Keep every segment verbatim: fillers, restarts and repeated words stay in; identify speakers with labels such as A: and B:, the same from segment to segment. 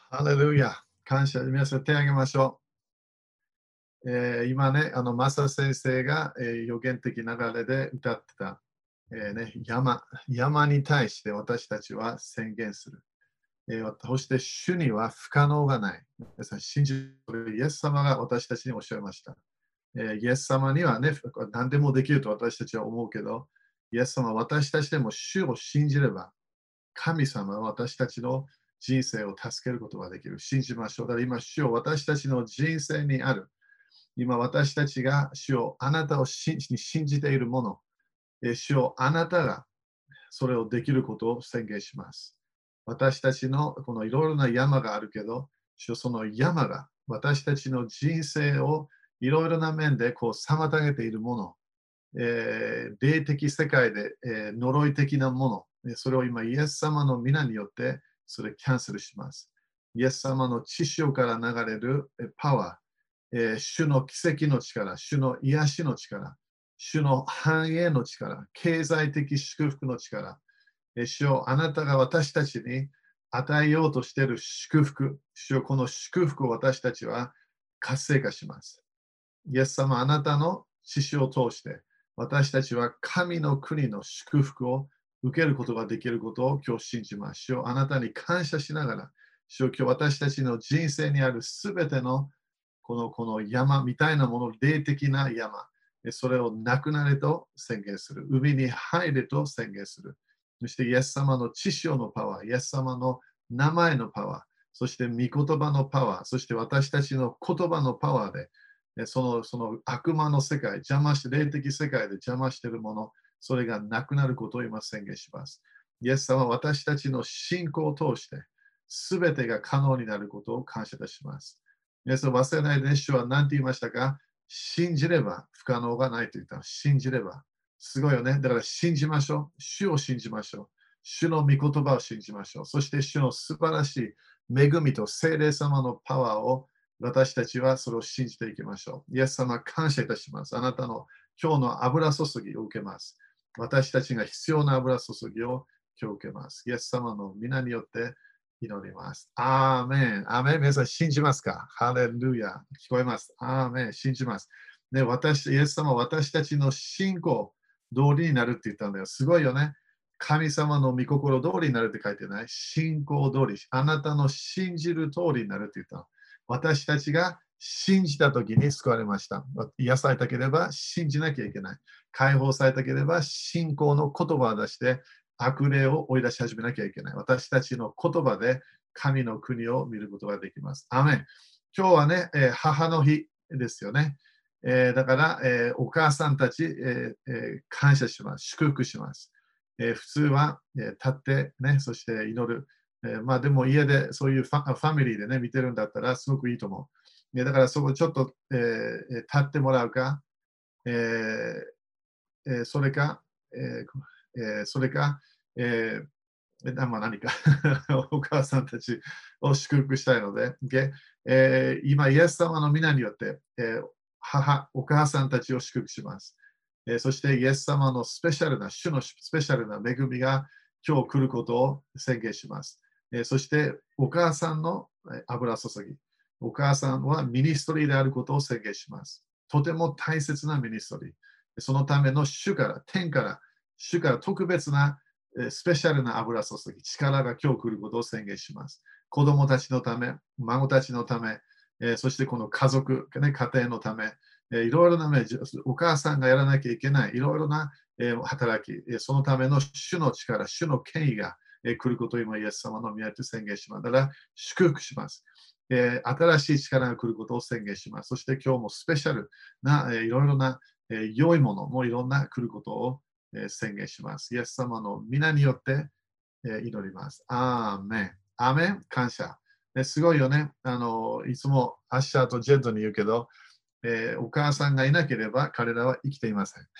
A: ハレルヤ。感謝。皆さん手を挙げましょう。えー今ね、あの、マサ先生が、えー予言的流れで歌ってた、えーね、山、山に対して私たちは宣言する。えーそして主には不可能がない。皆さん信じるイエス様が私たちにおっしゃいました。えーイエス様にはね、何でもできると私たちは思うけど、イエス様は私たちでも主を信じれば、神様は私たちの人生を助けることができる。信じましょう。だから今、主を私たちの人生にある。今、私たちが主をあなたを信じ信じているもの、え主をあなたがそれをできることを宣言します。私たちのこのいろいろな山があるけど、主よその山が私たちの人生をいろいろな面でこう妨げているもの、えー霊的世界で、えー呪い的なもの、えーそれを今、イエス様の皆によって、それキャンセルします。イエス様の血潮から流れるえーパワー、えー主の奇跡の力、主の癒しの力、主の繁栄の力、経済的祝福の力、えー主よあなたが私たちに与えようとしている祝福、主よこの祝福を私たちは活性化します。イエス様、あなたの血潮を通して、私たちは神の国の祝福を受けることができることを今日信じます。主よあなたに感謝しながら、主よ今日私たちの人生にあるすべてのこのこの山みたいなもの、霊的な山、それをなくなれと宣言する。海に入れと宣言する。そしてイエス様の知潮のパワー、イエス様の名前のパワー、そして御言葉のパワー、そして私たちの言葉のパワーで、そのその悪魔の世界、邪魔して、霊的世界で邪魔しているもの、それがなくなることを今宣言します。イエス様は私たちの信仰を通して、すべてが可能になることを感謝いたします。イエスを忘れないで、主は何て言いましたか？信じれば不可能がないと言った。信じれば。すごいよね。だから信じましょう。主を信じましょう。主の御言葉を信じましょう。そして主の素晴らしい恵みと聖霊様のパワーを私たちはそれを信じていきましょう。イエス様、感謝いたします。あなたの今日の油注ぎを受けます。私たちが必要な油注ぎを今日受けます。イエス様の皆によって祈ります。アーメン。アーメン。皆さん信じますか？ハレルヤ。聞こえます。アーメン。信じます。ね、私、イエス様は私たちの信仰通りになるって言ったんだよ。すごいよね。神様の御心通りになるって書いてない。信仰通り。あなたの信じる通りになるって言った。私たちが信じたときに救われました。癒されたければ信じなきゃいけない。解放されたければ信仰の言葉を出して悪霊を追い出し始めなきゃいけない。私たちの言葉で神の国を見ることができます。アメン。今日はね、えー母の日ですよね。えーだから、えーお母さんたち、えーえー感謝します。祝福します。えー普通は、えー立ってね、そして祈る。えーまあでも家でそういうファファミリーでね、見てるんだったらすごくいいと思う。ね、だからそこちょっと、えー立ってもらうか、えーえーそれか、えーえーそれか、えーなまあ、何かお母さんたちを祝福したいので、でえー今、イエス様の皆によって、えー母、お母さんたちを祝福します。えーそして、イエス様のスペシャルな、主のスペシャルな恵みが今日来ることを宣言します。えーそして、お母さんのえー油注ぎ、お母さんはミニストリーであることを宣言します。とても大切なミニストリー。そのための主から、天から、主から特別なえースペシャルな油注ぎ、力が今日来ることを宣言します。子供たちのため、孫たちのため、えーそしてこの家族、ね、家庭のため、えーいろいろな面、お母さんがやらなきゃいけない、いろいろな、えー働き、えーそのための主の力、主の権威が、えー来ることを今、イエス様の宮と宣言します。だから、祝福します。えー新しい力が来ることを宣言します。そして今日もスペシャルな、えーいろいろな、えー良いものもいろんな来ることをえー宣言します。イエス様の皆によって、えー祈ります。アーメン。アーメン。感謝。ですごいよね。あの、いつもアッシャーとジェットに言うけど、えーお母さんがいなければ彼らは生きていません。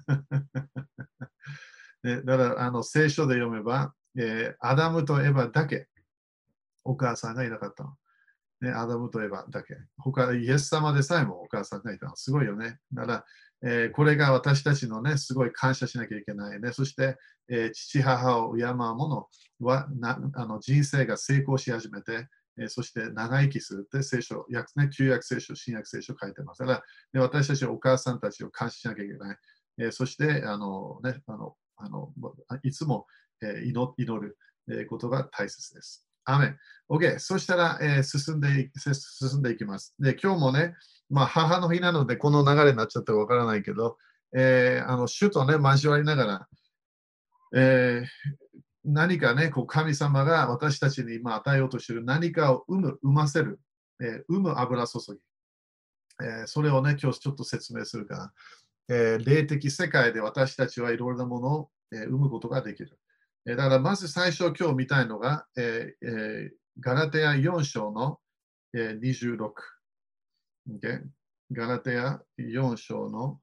A: ねだからあの聖書で読めば、えーアダムとエバだけお母さんがいなかったの。ね、アダムとエバだけ。他、イエス様でさえもお母さんがいたの。すごいよね。だから、えーこれが私たちのね、すごい感謝しなきゃいけないね。そして、えー父母を敬う者はなあの人生が成功し始めて、 えーそして長生きするって聖書、訳ね、旧約聖書、新約聖書書いてます。だからで私たちはお母さんたちを監視しなきゃいけない。えーそしてあの、ね、あのあのいつも、えー祈祈る、えーことが大切です。アメン。OK。そしたら、えー進んでい進んでいきます。で、今日もね、まあ、母の日なので、この流れになっちゃったかわからないけど、えーあの主とね、交わりながら、えー何かね、こう神様が私たちに今与えようとしている何かを生む、生ませる、えー生む油注ぎ、えーそれをね、今日ちょっと説明するから、えー霊的世界で私たちはいろいろなものを、えー生むことができる。えーだからまず最初今日見たいのが、えーえーガラテヤよん章の、えーにじゅうろく。Okay？ ガラテヤよん章の、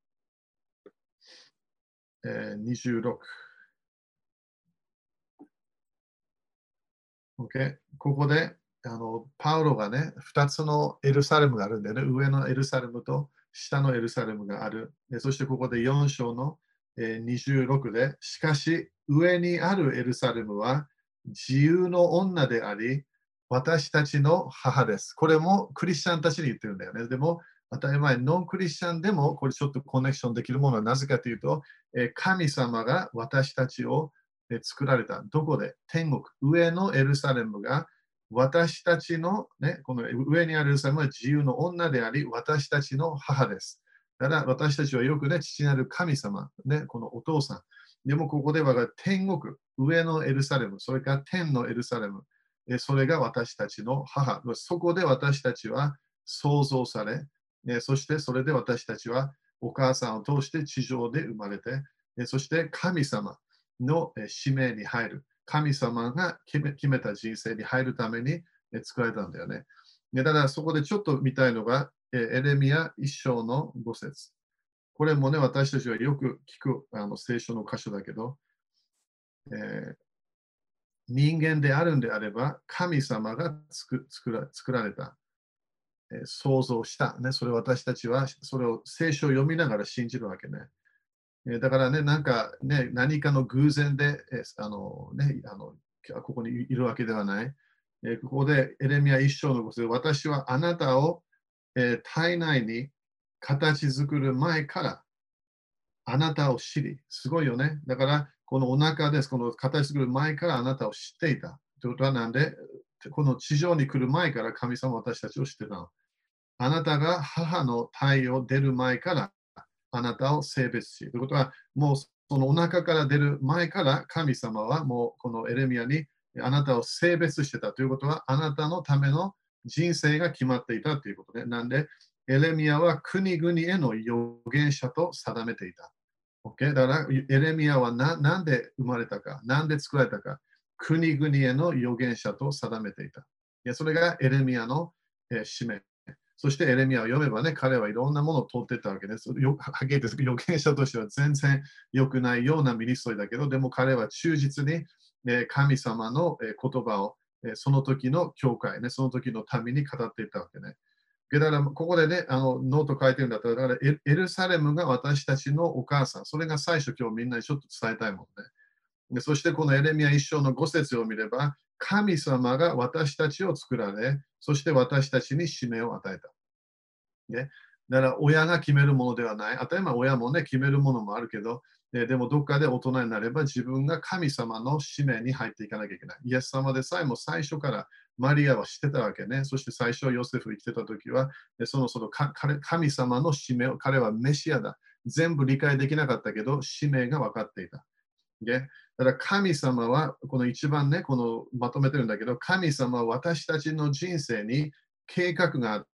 A: えーにじゅうろく。Okay？ ここであのパウロがね、ふたつのエルサレムがあるんでね、上のエルサレムと下のエルサレムがある。でそしてここでよん章の、えーにじゅうろくで、しかし上にあるエルサレムは自由の女であり、私たちの母です。これもクリスチャンたちに言ってるんだよね。でも当たり前、ノンクリスチャンでもこれちょっとコネクションできるものはなぜかというと、えー神様が私たちをえー作られた。どこで天国、上のエルサレムが私たちの、ね、この上にあるエルサレムは自由の女であり、私たちの母です。だから私たちはよくね、父なる神様、ね、このお父さん。でもここでは天国、上のエルサレム、それから天のエルサレム、えそれが私たちの母。そこで私たちは創造され、えそしてそれで私たちはお母さんを通して地上で生まれて、えそして神様のえ使命に入る。神様が決め決めた人生に入るためにえ作られたんだよね。でただそこでちょっと見たいのが、えエレミア一章の五節。これもね、私たちはよく聞くあの聖書の箇所だけど、えー人間であるんであれば、神様が作作ら作られた、えー創造した、ね。それを私たちはそれを聖書を読みながら信じるわけね。えーだからね、なんかね、何かの偶然で、えーあのね、あのここにいるわけではない。えーここでエレミア一章のご節で、私はあなたを、えー体内に形作る前からあなたを知り、すごいよね。だから、このお腹です。この形作る前からあなたを知っていた。ということはなんで、この地上に来る前から神様は私たちを知ってたの。あなたが母の体を出る前からあなたを性別し。ということは、もうそのお腹から出る前から神様はもうこのエレミアにあなたを性別してたということは、あなたのための人生が決まっていたということで、なんで、エレミアは国々への預言者と定めていた。OK？ だから、エレミアはななんで生まれたか、なんで作られたか、国々への預言者と定めていた。いやそれがエレミアの、えー使命。そしてエレミアを読めばね、彼はいろんなものを通っていったわけです。よはっきり言って預言者としては全然良くないようなミニストリーだけど、でも彼は忠実に、えー神様の、えー言葉を、えーその時の教会、ね、その時のために語っていったわけね。だから、ここでね、あのノート書いてるんだったら、だからエエルサレムが私たちのお母さん、それが最初今日みんなにちょっと伝えたいもんね。でそしてこのエレミア一章の五節を見れば、神様が私たちを作られ、そして私たちに使命を与えた。ね、だから親が決めるものではない。当たり前親もね、決めるものもあるけど、ででもどっかで大人になれば自分が神様の使命に入っていかなきゃいけない。イエス様でさえも最初からマリアは知ってたわけね。そして最初ヨセフ生きてた時は、でそのそのか彼神様の使命を、彼はメシアだ。全部理解できなかったけど、使命が分かっていた。でだから神様は、この一番ね、このまとめてるんだけど、神様は私たちの人生に計画があって、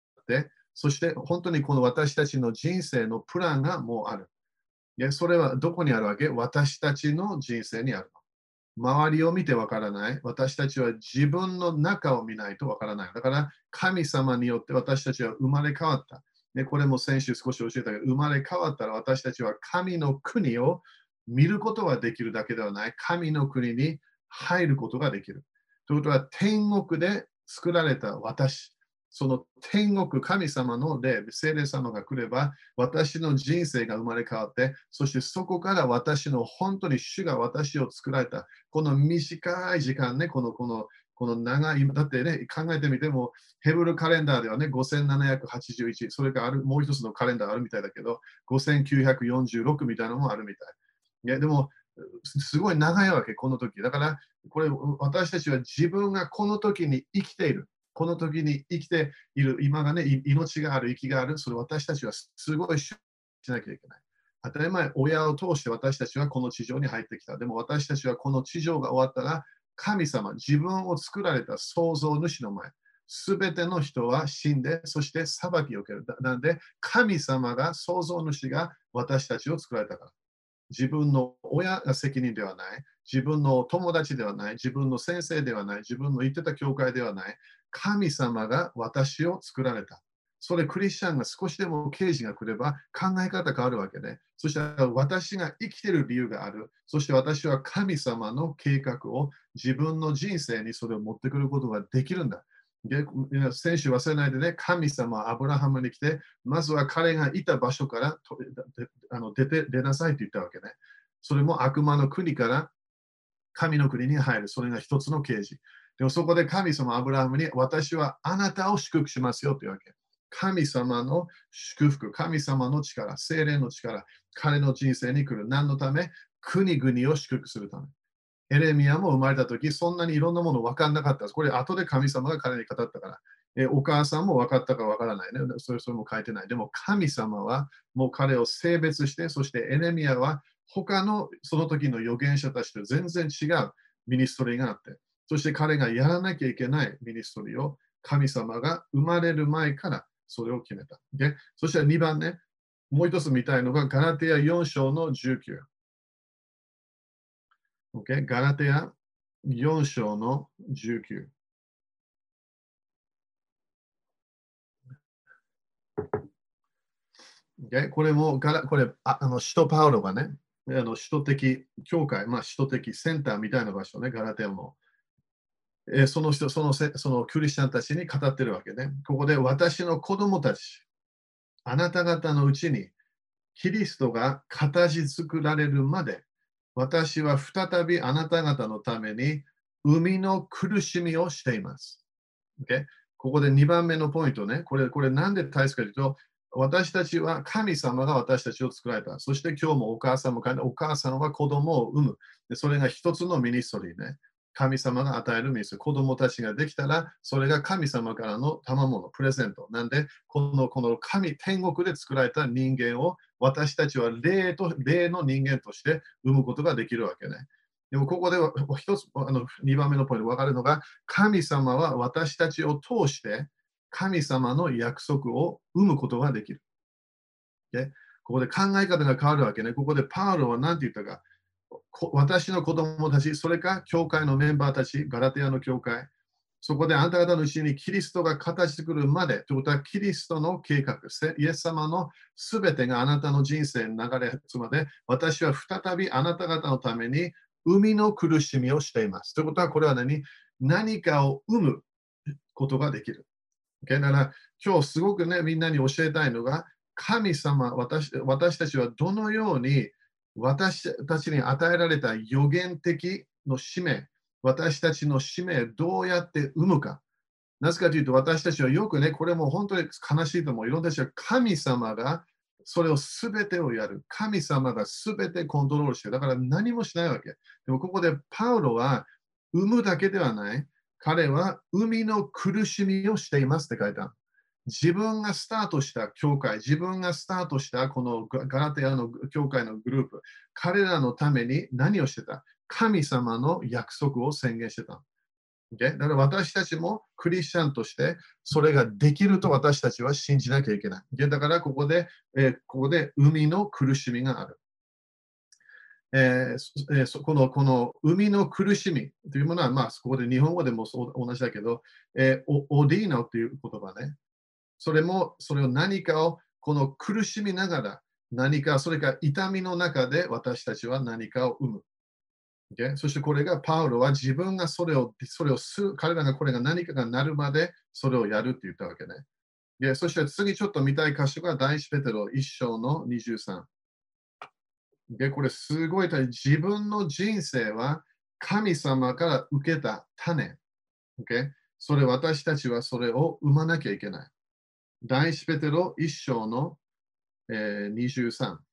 A: そして本当にこの私たちの人生のプランがもうある。でそれはどこにあるわけ？私たちの人生にあるの。周りを見てわからない。私たちは自分の中を見ないとわからない。だから神様によって私たちは生まれ変わった。でこれも先週少し教えたけど、生まれ変わったら私たちは神の国を見ることができるだけではない。神の国に入ることができる。ということは天国で作られた私。その天国、神様の霊、聖霊様が来れば、私の人生が生まれ変わって、そしてそこから私の本当に主が私を作られた、この短い時間ね、このこのこの長い、だってね、考えてみても、ヘブルカレンダーではね、ごせんななひゃくはちじゅういち、それからあるもう一つのカレンダーあるみたいだけど、ごせんきゅうひゃくよんじゅうろくみたいなのもあるみたい。いや、でも、すすごい長いわけ、この時。だから、これ、私たちは自分がこの時に生きている。この時に生きている、今がね、い命がある、息がある、それ私たちはすごいしなきゃいけない。当たり前、親を通して私たちはこの地上に入ってきた。でも私たちはこの地上が終わったら、神様、自分を作られた創造主の前、すべての人は死んで、そして裁きを受ける。だなので、神様が、創造主が私たちを作られたから。自分の親が責任ではない、自分の友達ではない、自分の先生ではない、自分の行ってた教会ではない、神様が私を作られた。それクリスチャンが少しでも啓示が来れば考え方変わるわけで、そして私が生きている理由がある。そして私は神様の計画を自分の人生にそれを持ってくることができるんだ。で先週忘れないでね、神様はアブラハムに来て、まずは彼がいた場所からとであの出て出なさいと言ったわけね。それも悪魔の国から神の国に入る。それが一つの啓示。でもそこで神様アブラハムに私はあなたを祝福しますよというわけ。神様の祝福、神様の力、精霊の力、彼の人生に来る。何のため国々を祝福するため。エレミアも生まれたとき、そんなにいろんなもの分かんなかったです。これ、後で神様が彼に語ったから。えお母さんも分かったか分からないね。それそれも書いてない。でも、神様はもう彼を性別して、そしてエレミアは他のその時の預言者たちと全然違うミニストリーがあって、そして彼がやらなきゃいけないミニストリーを神様が生まれる前からそれを決めた。でそしてにばんね、もう一つ見たいのがガラテヤよん章のじゅうきゅう。Okay? ガラテヤよん章のじゅうきゅう。Okay? これもガラ、これ、ああの使徒パウロがね、あの使徒的教会、まあ、使徒的センターみたいな場所ね、ガラテヤの。えーその人、そのせそのクリスチャンたちに語ってるわけね。ここで私の子供たち、あなた方のうちにキリストが形作られるまで、私は再びあなた方のために生みの苦しみをしています。Okay? ここでにばんめのポイントね。これ、これなんで大切かというと、私たちは神様が私たちを作られた。そして今日もお母さんもお母さんは子供を産む。でそれが一つのミニストリーね。神様が与えるミニストリー。子供たちができたら、それが神様からの賜物、プレゼント。なんで、このこの神、天国で作られた人間を私たちは霊と霊の人間として生むことができるわけね。でもここでは一つ、あのにばんめのポイント分かるのが、神様は私たちを通して神様の約束を生むことができる。でここで考え方が変わるわけね。ここでパウロは何て言ったか、私の子供たち、それか教会のメンバーたち、ガラテヤの教会、そこであなた方のうちにキリストが形作るまで、ということはキリストの計画、イエス様のすべてがあなたの人生に流れつまで、私は再びあなた方のために生みの苦しみをしています。ということは、これは何何かを生むことができる。だから今日すごくね、みんなに教えたいのが、神様私、私たちはどのように私たちに与えられた予言的の使命、私たちの使命、どうやって生むか。なぜかというと、私たちはよくね、これも本当に悲しいと思う。いろんな人は神様がそれをすべてをやる。神様がすべてコントロールしてる。だから何もしないわけ。でもここでパウロは生むだけではない。彼は生みの苦しみをしていますって書いた。自分がスタートした教会、自分がスタートしたこのガラテヤの教会のグループ、彼らのために何をしてた神様の約束を宣言してた。Okay? だから私たちもクリスチャンとしてそれができると私たちは信じなきゃいけない。Okay? だからここで、えーここで生みの苦しみがある。えーそえーそこのこの生みの苦しみというものは、まあ、ここで日本語でもそう同じだけど、えーオオディーノという言葉ね。それも、それを何かをこの苦しみながら、何か、それか痛みの中で私たちは何かを生む。Okay? そしてこれがパウロは自分がそれを、それをす彼らがこれが何かがなるまでそれをやるって言ったわけね。でそして次ちょっと見たい箇所が第一ペテロいっ章のにじゅうさん。でこれすごい大事。自分の人生は神様から受けた種。 Okay？ それ私たちはそれを生まなきゃいけない。第一ペテロ一章の、えー、にじゅうさん。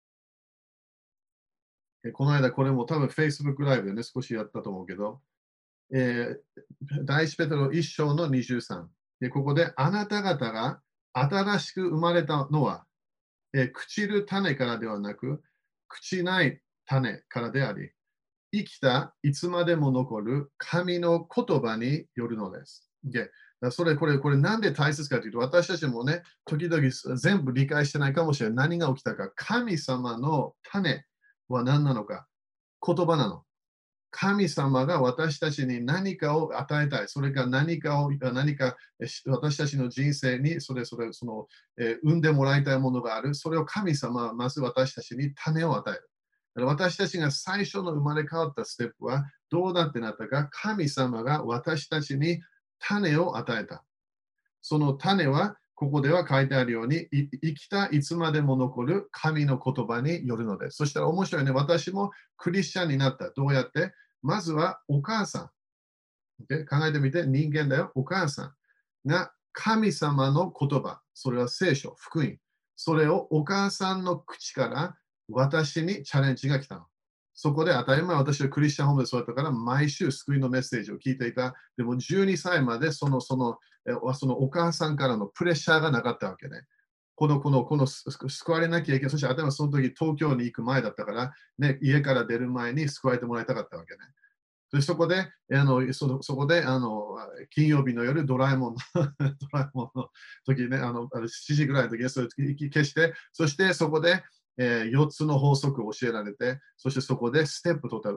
A: えこの間これも多分 Facebook ライブでね、少しやったと思うけど、えー、第一ペテロ一章のにじゅうさん。で、ここであなた方が新しく生まれたのは、えー、朽ちる種からではなく、朽ちない種からであり、生きたいつまでも残る神の言葉によるのです。で、それ、これ、これなんで大切かというと、私たちもね、時々全部理解してないかもしれない。何が起きたか。神様の種は何なのか。言葉なの。神様が私たちに何かを与えたい。それか何かを、何か私たちの人生にそれぞれその、えー、生んでもらいたいものがある。それを神様はまず私たちに種を与える。私たちが最初の生まれ変わったステップはどうなってなったか。神様が私たちに種を与えた。その種はここでは書いてあるように、生きたいつまでも残る神の言葉によるのです。そしたら面白いね。私もクリスチャンになった。どうやって？まずはお母さん。Okay？ 考えてみて、人間だよ。お母さんが神様の言葉。それは聖書、福音。それをお母さんの口から私にチャレンジが来たの。そこで当たり前、私はクリスチャンホームで育ったから、毎週救いのメッセージを聞いていた。でもじゅうにさいまでそのそのそのお母さんからのプレッシャーがなかったわけね。この、この、この救われなきゃいけない。そして、当たり前その時東京に行く前だったから、ね、家から出る前に救われてもらいたかったわけね。でそこで、あのそのそこであの金曜日の夜、ドラえもんのドラえもんの時ね、あのしちじぐらいの時にそれ消して、そしてそこで、えー、よっつの法則を教えられて、そしてそこでステップ取った。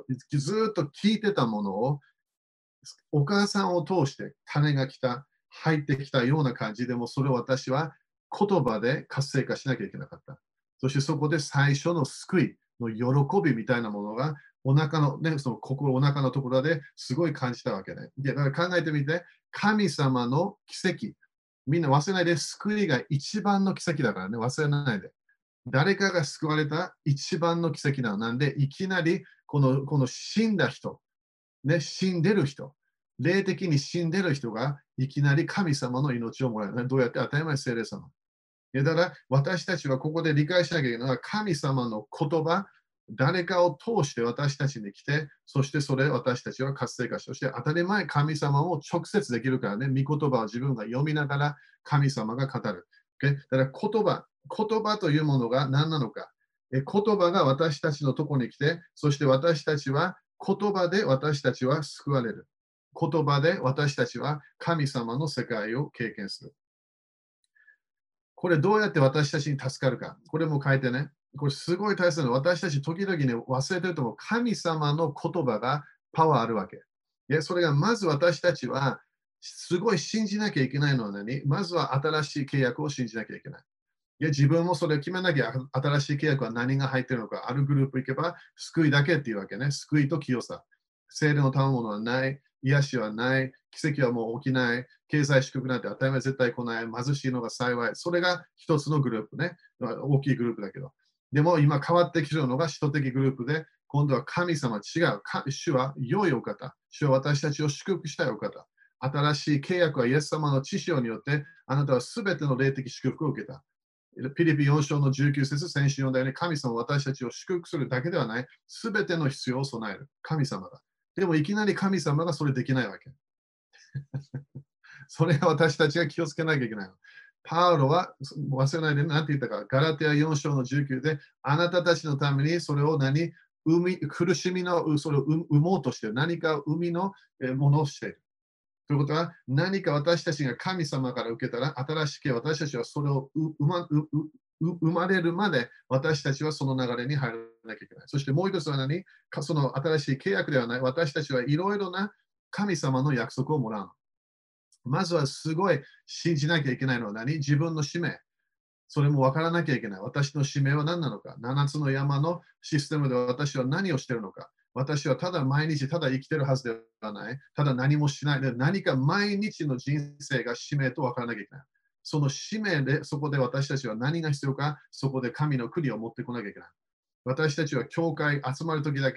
A: ずっと聞いてたものを、お母さんを通して種が来た、入ってきたような感じでも、それを私は言葉で活性化しなきゃいけなかった。そしてそこで最初の救いの喜びみたいなものが、お腹のね、その心、お腹のところですごい感じたわけね。で、だから考えてみて、神様の奇跡。みんな忘れないで、救いが一番の奇跡だからね、忘れないで。誰かが救われた一番の奇跡なの。なんで、いきなりこのこの死んだ人、ね、死んでる人、霊的に死んでる人がいきなり神様の命をもらえる。どうやって？当たり前、聖霊様。だから私たちはここで理解しなきゃいけないのは、神様の言葉、誰かを通して私たちに来て、そしてそれ私たちは活性化して、そして当たり前、神様を直接できるからね、御言葉を自分が読みながら神様が語る。Okay？ だから言葉、言葉というものが何なのか。え言葉が私たちのところに来て、そして私たちは言葉で私たちは救われる。言葉で私たちは神様の世界を経験する。これどうやって私たちに助かるか。これも書いてね。これすごい大切なの。私たち時々ね、忘れてると思う。神様の言葉がパワーあるわけ。でそれがまず私たちはすごい信じなきゃいけないのは何？まずは新しい契約を信じなきゃいけない。いや自分もそれを決めなきゃ、新しい契約は何が入っているのか、あるグループ行けば救いだけっていうわけね。救いと清さ。聖霊の賜物はない、癒しはない、奇跡はもう起きない、経済祝福なんて当たり前絶対来ない、貧しいのが幸い。それが一つのグループね。大きいグループだけど。でも今変わってきているのが首都的グループで、今度は神様違う。主は良いお方。主は私たちを祝福したいお方。新しい契約はイエス様の知識によって、あなたはすべての霊的祝福を受けた。ピリピよん章のじゅうきゅう節、先週読んだように、神様は私たちを祝福するだけではない、すべての必要を備える。神様が。でもいきなり神様がそれできないわけ。それが私たちが気をつけなきゃいけないの。パウロは忘れないで何て言ったか、ガラテアよん章のじゅうきゅうで、あなたたちのためにそれを何生み苦しみのそれを生もうとしている。何か生みのものをしている。ということは、何か私たちが神様から受けたら、新しく私たちはそれを生ま生まれるまで私たちはその流れに入らなきゃいけない。そしてもう一つは何かその新しい契約ではない。私たちはいろいろな神様の約束をもらうの。まずはすごい信じなきゃいけないのは何？自分の使命。それも分からなきゃいけない。私の使命は何なのか。ななつの山のシステムで私は何をしているのか。私はただ毎日ただ生きているはずではない。ただ何もしないで、何か毎日の人生が使命と分からなきゃいけない。その使命で、そこで私たちは何が必要か、そこで神の国を持ってこなきゃいけない。私たちは教会集まるときだけ、そ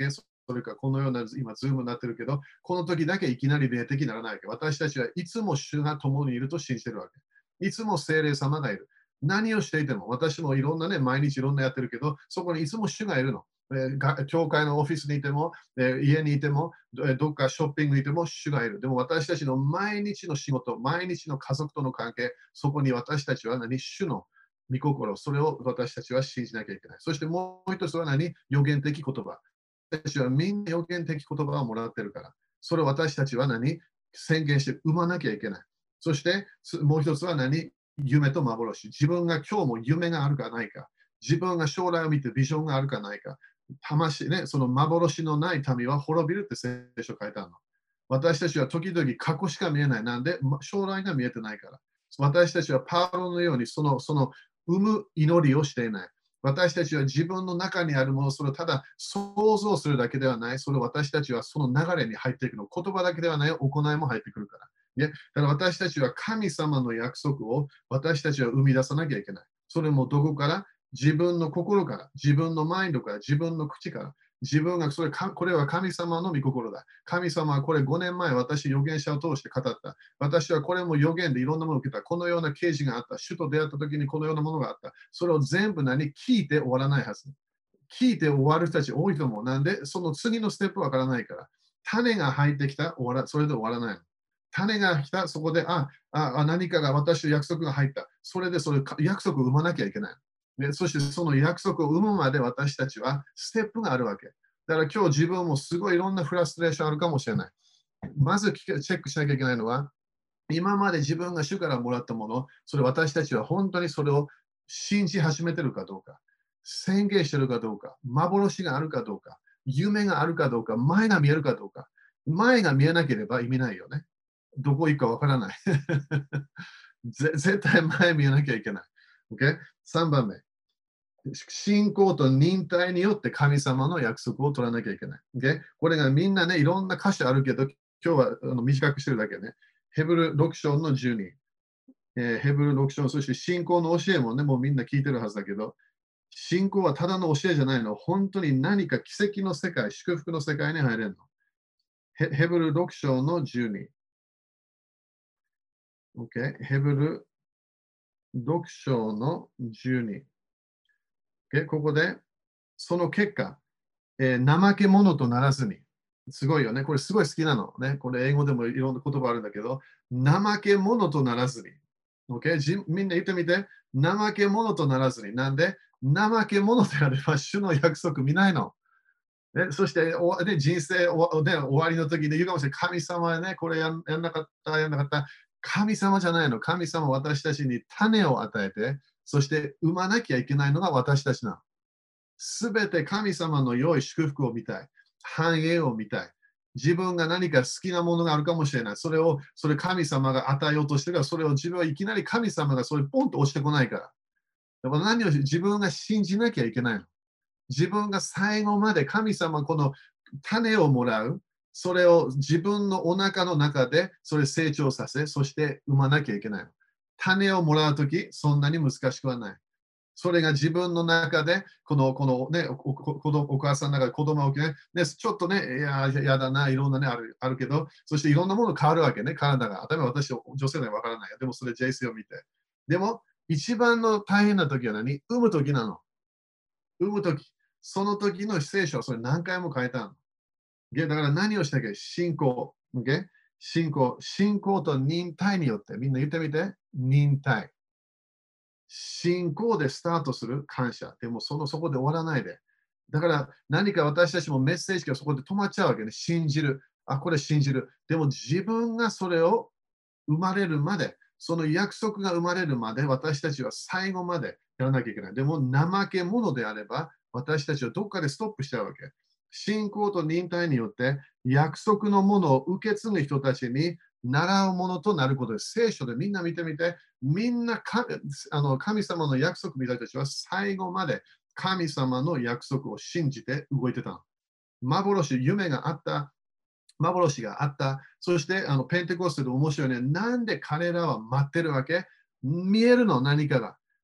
A: それかこのような今、ズームになってるけど、この時だけいきなり霊的にならないわけ。私たちはいつも主が共にいると信じてるわけ。いつも聖霊様がいる。何をしていても、私もいろんなね、毎日いろんなやってるけど、そこにいつも主がいるの。えーが教会のオフィスにいても、えー家にいても、どえーどっかショッピングにいても主がいる。でも私たちの毎日の仕事、毎日の家族との関係、そこに私たちは何主の御心、それを私たちは信じなきゃいけない。そしてもう一つは何予言的言葉。私たちはみんな予言的言葉をもらってるから。それを私たちは何宣言して生まなきゃいけない。そしてもう一つは何夢と幻。自分が今日も夢があるかないか。自分が将来を見てビジョンがあるかないか。魂ね、その幻のない民は滅びるって聖書書いてあるの。私たちは時々過去しか見えない。なんで将来が見えてないから。私たちはパウロのようにそのその生む祈りをしていない。私たちは自分の中にあるもの、それをただ想像するだけではない。それを私たちはその流れに入っていくの。言葉だけではない、行いも入ってくるから。ね、だから私たちは神様の約束を私たちは生み出さなきゃいけない。それもどこから自分の心から、自分のマインドから、自分の口から、自分がそれか、これは神様の御心だ。神様はこれごねんまえ私預言者を通して語った。私はこれも預言でいろんなものを受けた。このような啓示があった。主と出会った時にこのようなものがあった。それを全部何聞いて終わらないはず。聞いて終わる人たち多いと思う。なんで、その次のステップわからないから。種が入ってきた、終わらそれで終わらないの。種が来た、そこで、あ、あ何かが私の約束が入った。それでそれ約束を生まなきゃいけない。でそしてその約束を生むまで私たちはステップがあるわけ。だから今日自分もすごいいろんなフラストレーションあるかもしれない。まずチェックしなきゃいけないのは、今まで自分が主からもらったもの、それ私たちは本当にそれを信じ始めてるかどうか、宣言してるかどうか、幻があるかどうか、夢があるかどうか、前が見えるかどうか。前が見えなければ意味ないよね。どこ行くかわからない。ぜ絶対前見えなきゃいけない。Okay? さんばんめ。信仰と忍耐によって神様の約束を取らなきゃいけない。Okay? これがみんなね、いろんな歌詞あるけど、今日はあの短くしてるだけね。ヘブルろく章のじゅうに。えーヘブルろく章、そして信仰の教えもね、もうみんな聞いてるはずだけど、信仰はただの教えじゃないの。本当に何か奇跡の世界、祝福の世界に入れるの。ヘヘブルろく章のじゅうに。Okay? ヘブルろく章のじゅうに。Okay? ここで、その結果、えー怠け者とならずに。すごいよね。これすごい好きなの。ね、これ英語でもいろんな言葉あるんだけど、怠け者とならずに。Okay? じみんな言ってみて。怠け者とならずに。なんで、怠け者であれば主の約束見ないの。ね、そしてお、ね、人生お、ね、終わりの時に言うかもしれない。神様はね、これやんやんなかった、やんなかった。神様じゃないの。神様は私たちに種を与えて、そして生まなきゃいけないのが私たちなの。すべて神様の良い祝福を見たい。繁栄を見たい。自分が何か好きなものがあるかもしれない。それを、それ神様が与えようとしてるから、それを自分はいきなり神様がそれポンと押してこないから。だから何を自分が信じなきゃいけないの。自分が最後まで神様この種をもらう。それを自分のお腹の中でそれ成長させ、そして産まなきゃいけないの。種をもらうとき、そんなに難しくはない。それが自分の中で、この、このね、おおおお母さんの中で子供が起きてね、ねちょっとね、いや、やだな、いろんなね、あるあるけど、そしていろんなもの変わるわけね、体が。例えば私、女性ではわからない。でもそれ ジェイシー を見て。でも、一番の大変な時は何産む時なの。産む時。その時の聖書はそれ何回も書いたの。だから何をしたっけ信仰。Okay? 信仰。信仰と忍耐によって、みんな言ってみて。忍耐。信仰でスタートする感謝。でもそのそこで終わらないで。だから何か私たちもメッセージがそこで止まっちゃうわけね。信じる。あ、これ信じる。でも自分がそれを生まれるまで、その約束が生まれるまで私たちは最後までやらなきゃいけない。でも怠け者であれば私たちはどっかでストップしちゃうわけ。信仰と忍耐によって約束のものを受け継ぐ人たちに習うものとなることです。聖書でみんな見てみて、みんなかあの神様の約束みたいたちは最後まで神様の約束を信じて動いてたの。幻、夢があった、幻があった。そしてあのペンテコステで面白いね。なんで彼らは待ってるわけ見えるの何かが。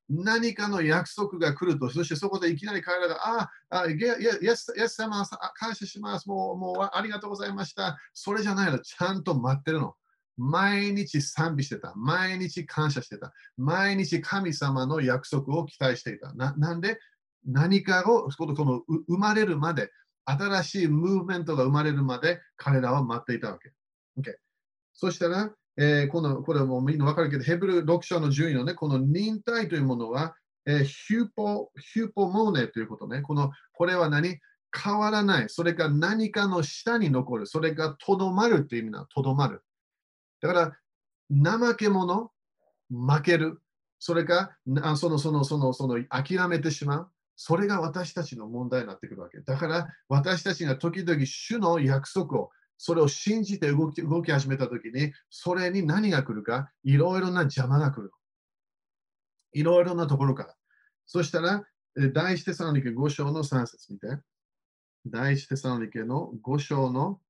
A: 何かの約束が来ると、そしてそこでいきなり彼らが、ああ、イエス様、感謝します。もう、もうありがとうございました。それじゃないの。ちゃんと待ってるの。毎日賛美してた。毎日感謝してた。毎日神様の約束を期待していた。ななんで何かをこのこの生まれるまで、新しいムーブメントが生まれるまで彼らは待っていたわけ。Okay、そしたら、えー、この、これはもうみんなわかるけど、ヘブルろく章の順位のね、この忍耐というものは、えー、ヒューポ、ヒューポモーネということね。この、これは何変わらない。それが何かの下に残る。それがとどまるという意味なの。とどまる。だから、怠け者、負ける。それか、あその、その、その、その、諦めてしまう。それが私たちの問題になってくるわけ。だから、私たちが時々主の約束を、それを信じて動き動き始めたときに、それに何が来るか、いろいろな邪魔が来る。いろいろなところから。そしたら、第一テサロニケご章のさん節見て。第一テサロニケのご章の、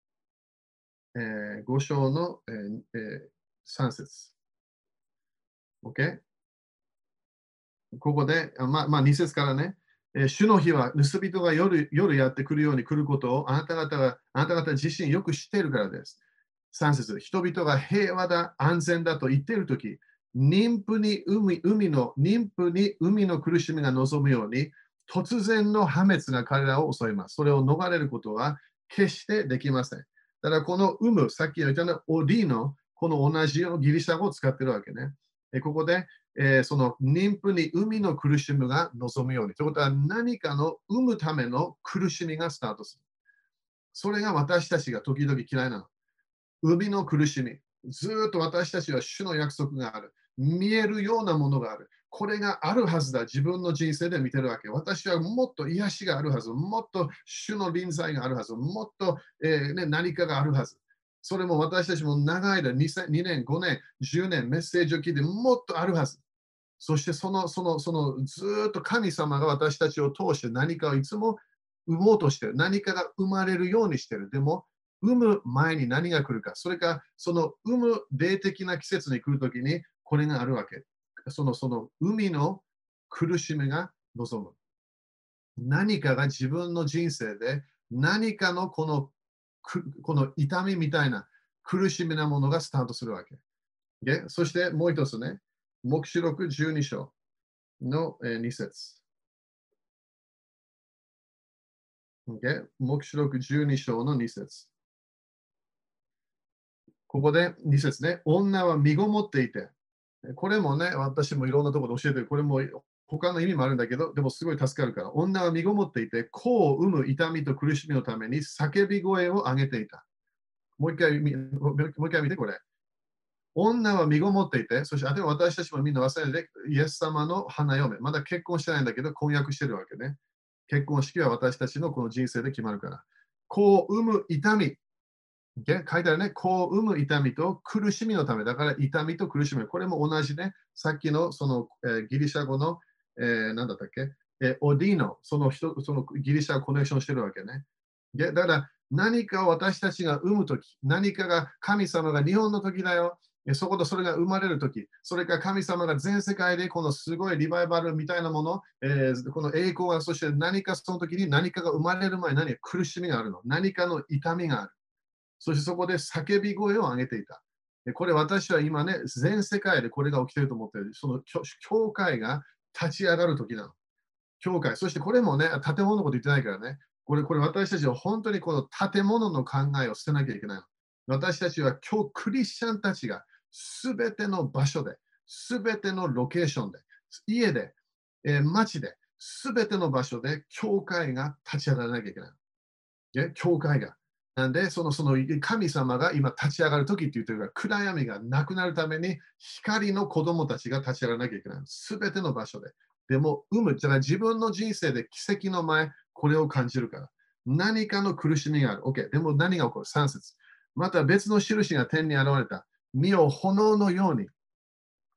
A: えー、ご章の、えーえー、さん節。OK？ ここで、まあ、まあ、に節からね、えー主の日は盗人が夜夜やってくるように来ることをあなた方があなた方自身よく知っているからです。さん節、人々が平和だ、安全だと言っているとき、妊婦に海海の妊婦に海の苦しみが望むように、突然の破滅が彼らを襲います。それを逃れることは決してできません。だからこの産む、さっき言ったのオディのこの同じようなギリシャ語を使っているわけね。えここで、えーその妊婦に海の苦しみが望むように。ということは何かの産むための苦しみがスタートする。それが私たちが時々嫌いなの。海の苦しみ。ずーっと私たちは主の約束がある。見えるようなものがある。これがあるはずだ。自分の人生で見てるわけ。私はもっと癒しがあるはず。もっと主の臨在があるはず。もっと、えーね、何かがあるはず。それも私たちも長い間、にねん、ごねん、じゅうねん、メッセージを聞いてもっとあるはず。そしてその、その、その、ずーっと神様が私たちを通して何かをいつも生もうとしている。何かが生まれるようにしている。でも、産む前に何が来るか。それか、その産む霊的な季節に来るときに、これがあるわけ。その、その海の苦しみが望む。何かが自分の人生で、何かのこの、くこの痛みみたいな苦しみなものがスタートするわけ。でそしてもう一つね、黙示録じゅうに章のに節。Okay? 黙示録じゅうに章のに節。ここでに節ね、女は身ごもっていて、これもね、私もいろんなところで教えてる、これも他の意味もあるんだけど、でもすごい助かるから、女は身ごもっていて、子を産む痛みと苦しみのために叫び声を上げていた。もう一回見もう一回見て、これ。女は身ごもっていて、そしてあと私たちもみんな忘れて、イエス様の花嫁、まだ結婚してないんだけど、婚約してるわけね。結婚式は私たちのこの人生で決まるから。子を産む痛み、書いてあるね、子を産む痛みと苦しみのため、だから痛みと苦しみ、これも同じね、さっきのその、えーギリシャ語の、えー、なんだったっけ、えーオディーノ、その人、そのギリシャをコネクションしてるわけね。でだから何かを私たちが産むとき、何かが神様が日本の時だよ、えそことそれが生まれるとき、それから神様が全世界でこのすごいリバイバルみたいなもの、えーこの栄光が、そして何かその時に何かが生まれる前に何か苦しみがあるの、何かの痛みがある。そしてそこで叫び声を上げていた。でこれ私は今ね、全世界でこれが起きていると思っている。その教教会が立ち上がる時なの。教会。そしてこれもね、建物のこと言ってないからね。これ、これ私たちは本当にこの建物の考えを捨てなきゃいけないの。私たちは今日クリスチャンたちがすべての場所で、すべてのロケーションで、家で、えー街で、すべての場所で教会が立ち上がらなきゃいけない。ね、教会が。なんで、そのその神様が今立ち上がる時って言ってるから、暗闇がなくなるために光の子供たちが立ち上がらなきゃいけない。すべての場所で。でも、産む。じゃあ自分の人生で奇跡の前、これを感じるから。何かの苦しみがある。OK。でも何が起こる ?さん 節。また別の印が天に現れた。身を炎のように。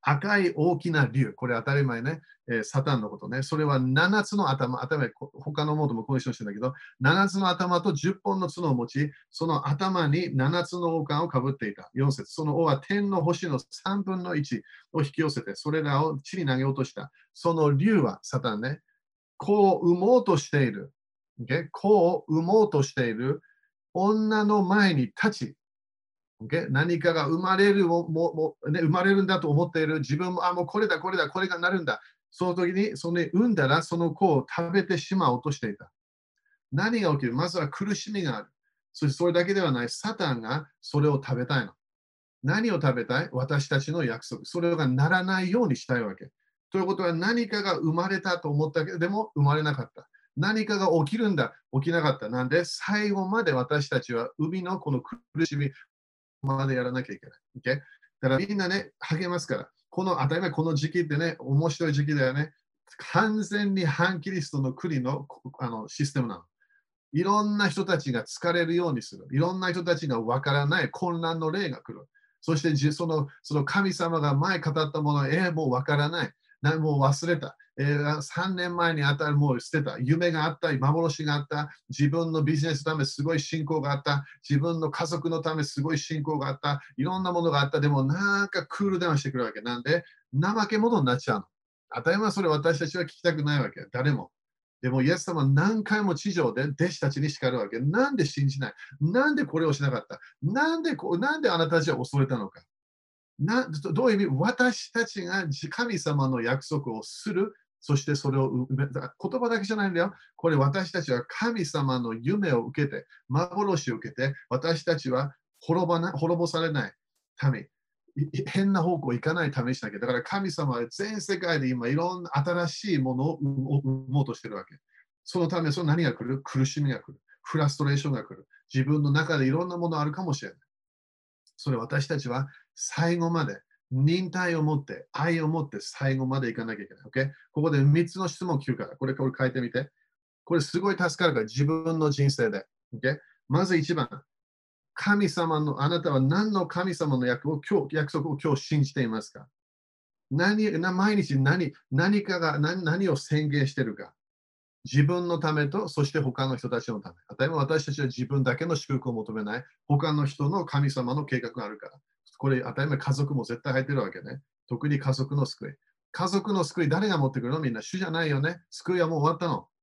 A: 赤い大きな竜、これ当たり前ね、えーサタンのことね。それはななつの頭、頭、こ他のものもこういう人してんだけど、ななつの頭とじゅっぽんの角を持ち、その頭にななつの王冠をかぶっていた。よん節、その王は天の星のさんぶんのいちを引き寄せて、それらを地に投げ落とした。その竜は、サタンね、子を産もうとしている。Okay？ 子を産もうとしている女の前に立ち、Okay？ 何かが生まれるももも、ね、生まれるんだと思っている自分も、あ、もうこれだ、これだ、これがなるんだ。その時に、その産んだら、その子を食べてしまおうとしていた。何が起きる？まずは苦しみがある。そしてそれだけではない、サタンがそれを食べたいの。何を食べたい？私たちの約束。それがならないようにしたいわけ。ということは何かが生まれたと思ったけど、でも生まれなかった。何かが起きるんだ、起きなかった。なんで、最後まで私たちは海のこの苦しみまでやらなきゃいけない。Okay？ だからみんなね、励ますから。この当たり前、この時期ってね、面白い時期だよね。完全に反キリストの国のあのシステムなの。いろんな人たちが疲れるようにする。いろんな人たちがわからない混乱の霊が来る。そしてじそのその神様が前語ったもの、えー、もうわからない。なもう忘れた。えー、さんねんまえにあったもう捨てた。夢があった、幻があった。自分のビジネスのためすごい信仰があった。自分の家族のためすごい信仰があった。いろんなものがあった。でもなんかクールダウンしてくるわけ。なんで、怠け者になっちゃうの。当たり前それ私たちは聞きたくないわけ。誰も。でも、イエス様は何回も地上で弟子たちに叱るわけ。なんで信じない？なんでこれをしなかった？なんでこうなんであなたたちは恐れたのか？などういう意味？私たちが神様の約束をする、そしてそれを言葉だけじゃないんだよ。これ私たちは神様の夢を受けて、幻を受けて、私たちは滅ばな滅ぼされないため、変な方向行かないためにしなきゃ。だから神様は全世界で今いろんな新しいものを生もうとしてるわけ。そのため、その何が来る？苦しみが来る。フラストレーションが来る。自分の中でいろんなものあるかもしれない。それ私たちは最後まで忍耐を持って、愛を持って最後まで行かなきゃいけない。Okay？ ここでみっつの質問を聞くから、これ、これ書いてみて。これすごい助かるから、自分の人生で。Okay？ まず一番、神様の、あなたは何の神様の約を今日約束を今日信じていますか？何な毎日何何かが何何を宣言しているか？自分のためと、そして他の人たちのため。例えば私たちは自分だけの祝福を求めない。他の人の神様の計画があるから。これ、当たり前家族も絶対入ってるわけね。特に家族の救い。家族の救い、誰が持ってくるの？みんな主じゃないよね。救いはもう終わったの。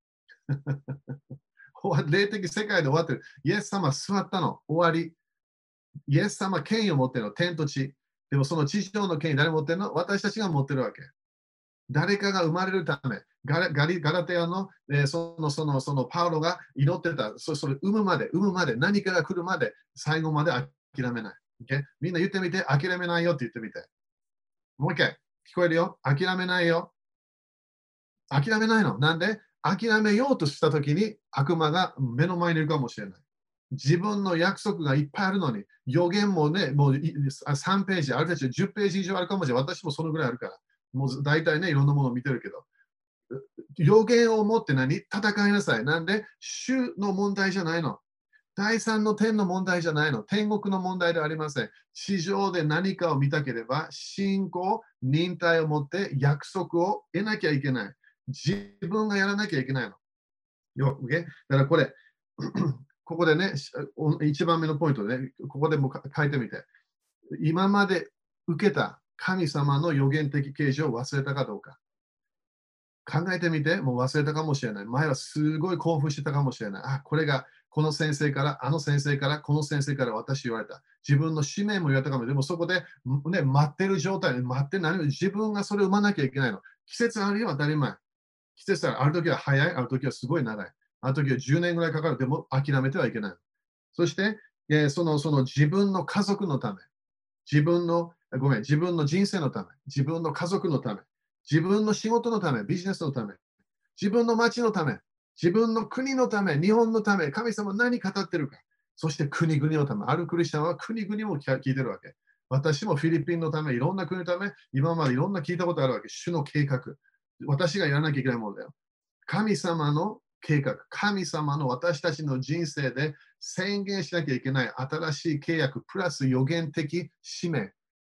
A: 霊的世界で終わってる。イエス様座ったの。終わり。イエス様権威を持ってるの。天と地。でもその地上の権威誰持ってるの？私たちが持ってるわけ。誰かが生まれるため、ガラガリガラテアの、えーそのそのそのパウロが祈ってた、そそれ産むまで、産むまで、何かが来るまで、最後まで諦めない。Okay？ みんな言ってみて、諦めないよって言ってみて。もう一回、聞こえるよ。諦めないよ。諦めないの。なんで諦めようとしたときに悪魔が目の前にいるかもしれない。自分の約束がいっぱいあるのに、予言もね、もうさんページ、あるいはじゅっページ以上あるかもしれない。私もそのぐらいあるから。もう大体ね、いろんなものを見てるけど。予言を持って何？戦いなさい。なんで、主の問題じゃないの。第三の天の問題じゃないの。天国の問題ではありません。地上で何かを見たければ、信仰、忍耐を持って約束を得なきゃいけない。自分がやらなきゃいけないの。よ、okay？ だからこれ、ここでね、一番目のポイントでね、ここでも書いてみて。今まで受けた神様の予言的啓示を忘れたかどうか。考えてみて、もう忘れたかもしれない。前はすごい興奮してたかもしれない。あ、これがこの先生から、あの先生から、この先生から私言われた。自分の使命も言われたかもしれない。でもそこで、ね、待ってる状態で、待って何も自分がそれを生まなきゃいけないの。季節あるよ、当たり前。季節はある時は早い、ある時はすごい長い。ある時はじゅうねんぐらいかかる。でも諦めてはいけない。そして、えーそのその自分の家族のため、自分の、ごめん、自分の人生のため、自分の家族のため、自分の仕事のため、ビジネスのため、自分の町のため、自分の国のため、日本のため、神様は何語ってるか。そして国々のため、あるクリスチャンは国々も聞いてるわけ。私もフィリピンのため、いろんな国のため、今までいろんな聞いたことあるわけ。主の計画。私がやらなきゃいけないものだよ。神様の計画、神様の私たちの人生で宣言しなきゃいけない新しい契約、プラス予言的使命。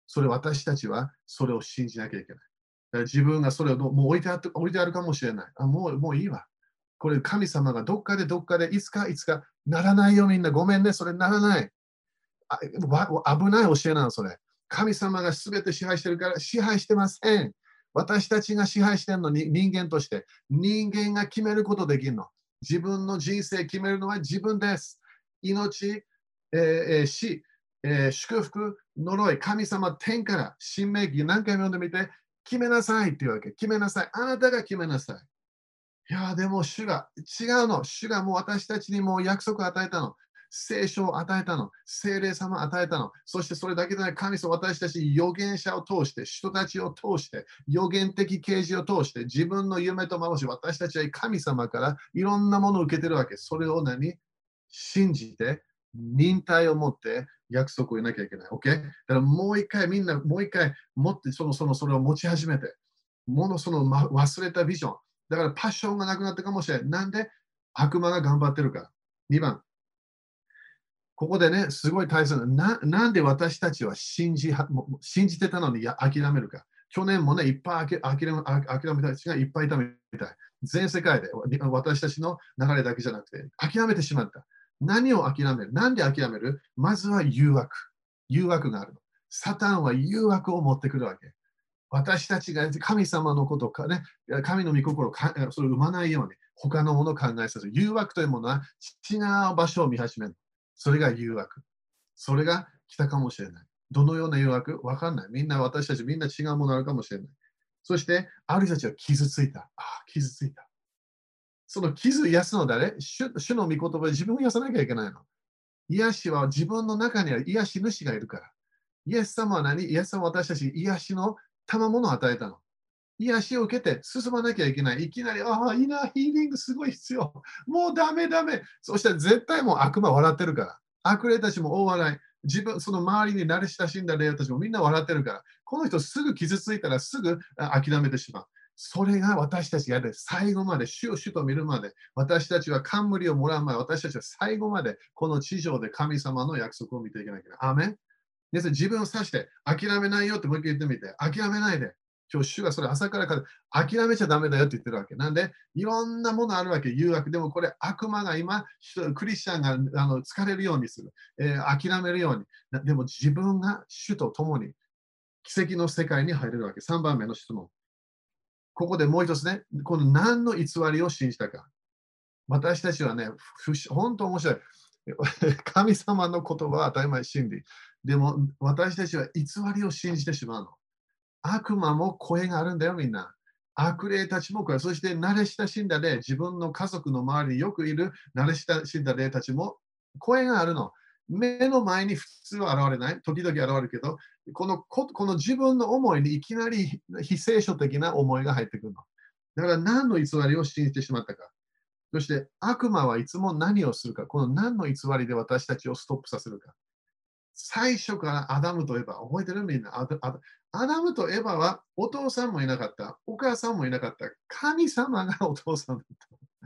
A: それ私たちはそれを信じなきゃいけない。だから自分がそれをもう置いてあって置いてあるかもしれない。あもうもういいわ。これ神様がどっかでどっかでいつかいつかならないよみんな。ごめんね、それならない。あわ危ない教えなの、それ。神様が全て支配してるから支配してません。私たちが支配してるのに人間として人間が決めることできるの。自分の人生決めるのは自分です。命、えーえー死、えー祝福、呪い、神様、天から、新明記何回も読んでみて、決めなさいっていうわけ。決めなさい。あなたが決めなさい。いやーでも主が違うの。主がもう私たちにもう約束を与えたの。聖書を与えたの。聖霊様を与えたの。そしてそれだけでなく、神様私たち預言者を通して、人たちを通して、予言的啓示を通して、自分の夢と幻、私たちは神様からいろんなものを受けてるわけ。それを何信じて、忍耐を持って約束を得なきゃいけない。OK？ だからもう一回みんな、もう一回持って、そのそのそれを持ち始めて、ものその、ま、忘れたビジョン。だからパッションがなくなったかもしれない。なんで悪魔が頑張ってるか。にばん、ここでね、すごい大切な、ななんで私たちは信じはも信じてたのにや諦めるか。去年もね、いっぱい諦めあ諦めた人がいっぱいいたみたい。全世界で私たちの流れだけじゃなくて、諦めてしまった。何を諦めるなんで諦めるまずは誘惑。誘惑があるの。サタンは誘惑を持ってくるわけ。私たちが神様のことかね、神の御心をかそれを生まないように、他のものを考えさせる。誘惑というものは違う場所を見始める。それが誘惑。それが来たかもしれない。どのような誘惑わかんない。みんな、私たちみんな違うものあるかもしれない。そして、ある人たちは傷ついた。ああ、傷ついた。その傷癒すの誰主主の御言葉で自分を癒さなきゃいけないの。癒しは自分の中には癒し主がいるから。イエス様は何イエス様は私たちに癒しの賜物を与えたの。癒しを受けて進まなきゃいけない。いきなり、ああ、いいな、ヒーリングすごい必要。もうダメダメ。そしたら絶対もう悪魔笑ってるから。悪霊たちも大笑い。自分、その周りに慣れ親しんだ霊たちもみんな笑ってるから。この人すぐ傷ついたらすぐあ諦めてしまう。それが私たちがやる。最後まで主を主と見るまで。私たちは冠をもらう前。私たちは最後までこの地上で神様の約束を見ていけなきゃいけない。アーメンですから自分を指して諦めないよってもう一回言ってみて。諦めないで。今日、主がそれ朝からから諦めちゃダメだよって言ってるわけ。なんで、いろんなものあるわけ、誘惑。でもこれ、悪魔が今、クリスチャンがあの疲れるようにする、えー諦めるように。でも自分が主と共に奇跡の世界に入れるわけ。さんばんめの質問。ここでもう一つね、この何の偽りを信じたか。私たちはね、不本当面白い。神様の言葉は当たり前真理。でも私たちは偽りを信じてしまうの。悪魔も声があるんだよ、みんな。悪霊たちも声。そして慣れ親しんだ霊、自分の家族の周りによくいる慣れ親しんだ霊たちも声があるの。目の前に普通は現れない。時々現れるけど、このここの自分の思いにいきなり非聖書的な思いが入ってくるの。だから何の偽りを信じてしまったか。そして悪魔はいつも何をするか。この何の偽りで私たちをストップさせるか。最初からアダムとエバ、覚えてるみんなアダ。アダアダムとエバはお父さんもいなかった、お母さんもいなかった。神様がお父さんだった。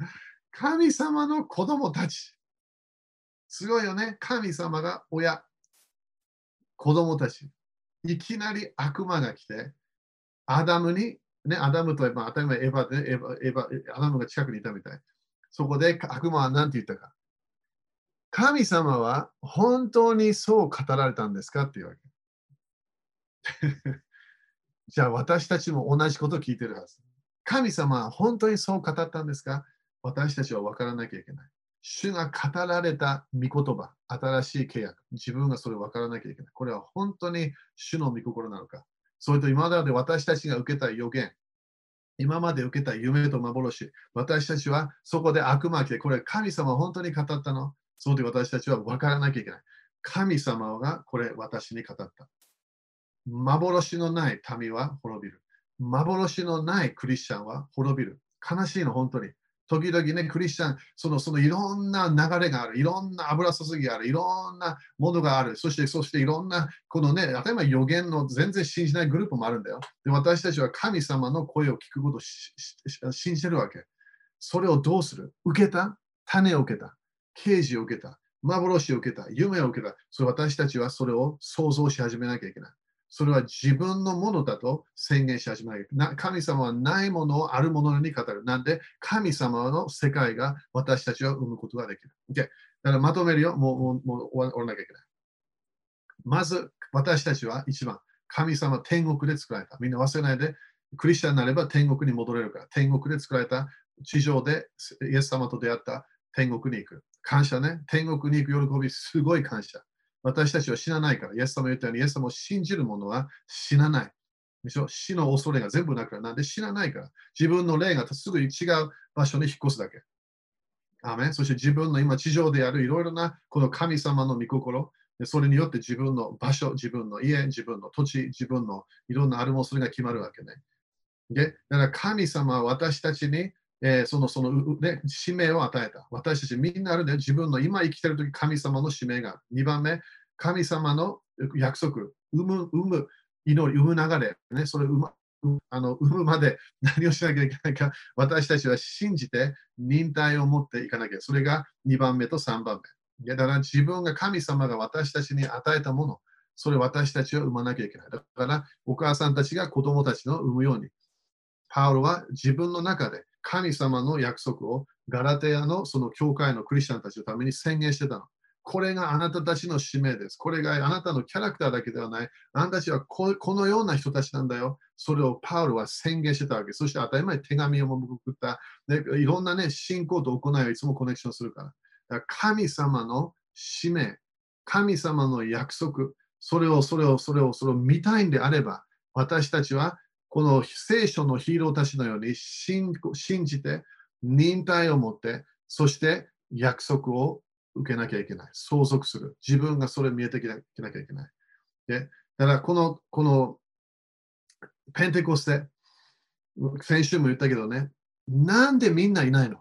A: 神様の子供たち。すごいよね。神様が親、子供たち。いきなり悪魔が来て、アダムに、ね、アダムとエバ、当たり前エバで、エバ、エバ、アダムが近くにいたみたい。そこで悪魔は何て言ったか。神様は本当にそう語られたんですかっていうわけ。じゃあ私たちも同じことを聞いてるはず。神様は本当にそう語ったんですか私たちは分からなきゃいけない。主が語られた御言葉、新しい契約、自分がそれを分からなきゃいけない。これは本当に主の御心なのか。それと今まで私たちが受けた予言、今まで受けた夢と幻、私たちはそこで悪魔が来て、これ神様は本当に語ったのそうで私たちは分からなきゃいけない。神様がこれ私に語った。幻のない民は滅びる。幻のないクリスチャンは滅びる。悲しいの、本当に。時々ね、クリスチャン、そのそのいろんな流れがある、いろんな油注ぎがある、いろんなものがある、そして、そしていろんな、このね、例えば予言の全然信じないグループもあるんだよ。で私たちは神様の声を聞くことを信じてるわけ。それをどうする受けた種を受けた。啓示を受けた。幻を受けた。夢を受けた。それ私たちはそれを想像し始めなきゃいけない。 それは自分のものだと宣言し始める。な神様はないものをあるものに語る。なんで、神様の世界が私たちは生むことができる。Okay、だからまとめるよ。もうもうもう終わらなきゃいけない。まず、私たちは一番、神様天国で作られた。みんな忘れないで、クリスチャンになれば天国に戻れるから。天国で作られた、地上でイエス様と出会った天国に行く。感謝ね。天国に行く喜び、すごい感謝。私たちは死なないから。イエス様言ったように、イエス様を信じる者は死なない。でしょ、死の恐れが全部なくなる。なんで死なないから。自分の霊がすぐ違う場所に引っ越すだけ。アーメン。そして自分の今地上であるいろいろなこの神様の御心、それによって自分の場所、自分の家、自分の土地、自分のいろんなあるもの、それが決まるわけね。で、だから神様は私たちに、えーそのその、ね、使命を与えた。私たちみんなあるで、自分の今生きてるとき神様の使命がある。にばんめ、神様の約束、生む、生む、祈り、生む流れ、ね、それ生まあの生むまで何をしなきゃいけないか、私たちは信じて忍耐を持っていかなきゃ。それがにばんめとさんばんめ。だから自分が神様が私たちに与えたもの、それを私たちは生まなきゃいけない。だからお母さんたちが子供たちの産むように、パウロは自分の中で神様の約束をガラテヤのその教会のクリスチャンたちのために宣言してたの。これがあなたたちの使命です。これがあなたのキャラクターだけではない。あなたたちはここのような人たちなんだよ。それをパウロは宣言してたわけ。そして当たり前に手紙をも送った。でいろんなね、信仰と行いをいつもコネクションするから。だから神様の使命、神様の約束、それを、それを、それを、それを見たいんであれば、私たちはこの聖書のヒーローたちのように信信じて、忍耐を持って、そして約束を受けなきゃいけない。相続する。自分がそれを見えてきなきゃいけない。でだからこの、このペンテコステ、先週も言ったけどね、なんでみんないないの